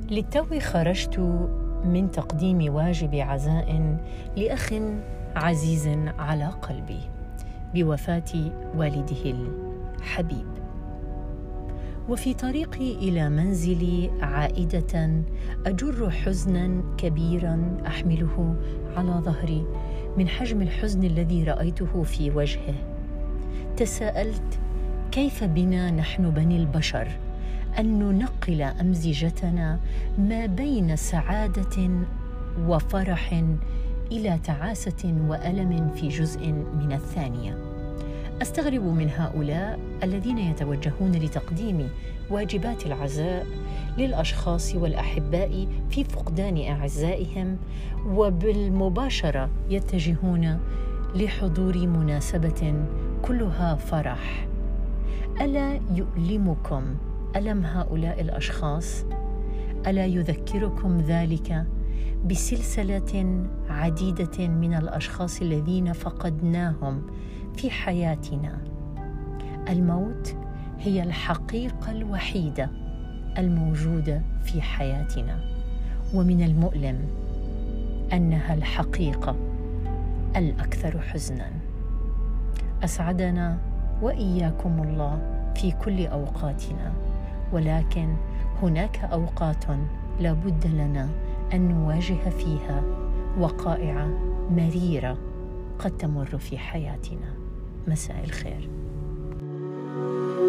للتو خرجت من تقديم واجب عزاء لأخ عزيز على قلبي بوفاة والده الحبيب، وفي طريقي إلى منزلي عائدة أجر حزنا كبيرا أحمله على ظهري من حجم الحزن الذي رأيته في وجهه. تساءلت كيف بنا نحن بني البشر أن ننقل أمزجتنا ما بين سعادة وفرح إلى تعاسة وألم في جزء من الثانية. أستغرب من هؤلاء الذين يتوجهون لتقديم واجبات العزاء للأشخاص والأحباء في فقدان أعزائهم، وبالمباشرة يتجهون لحضور مناسبة كلها فرح. ألا يؤلمكم ألم هؤلاء الأشخاص؟ ألا يذكركم ذلك بسلسلة عديدة من الأشخاص الذين فقدناهم في حياتنا؟ الموت هي الحقيقة الوحيدة الموجودة في حياتنا، ومن المؤلم أنها الحقيقة الأكثر حزناً. أسعدنا وإياكم الله في كل أوقاتنا، ولكن هناك أوقات لا بد لنا أن نواجه فيها وقائع مريرة قد تمر في حياتنا. مساء الخير.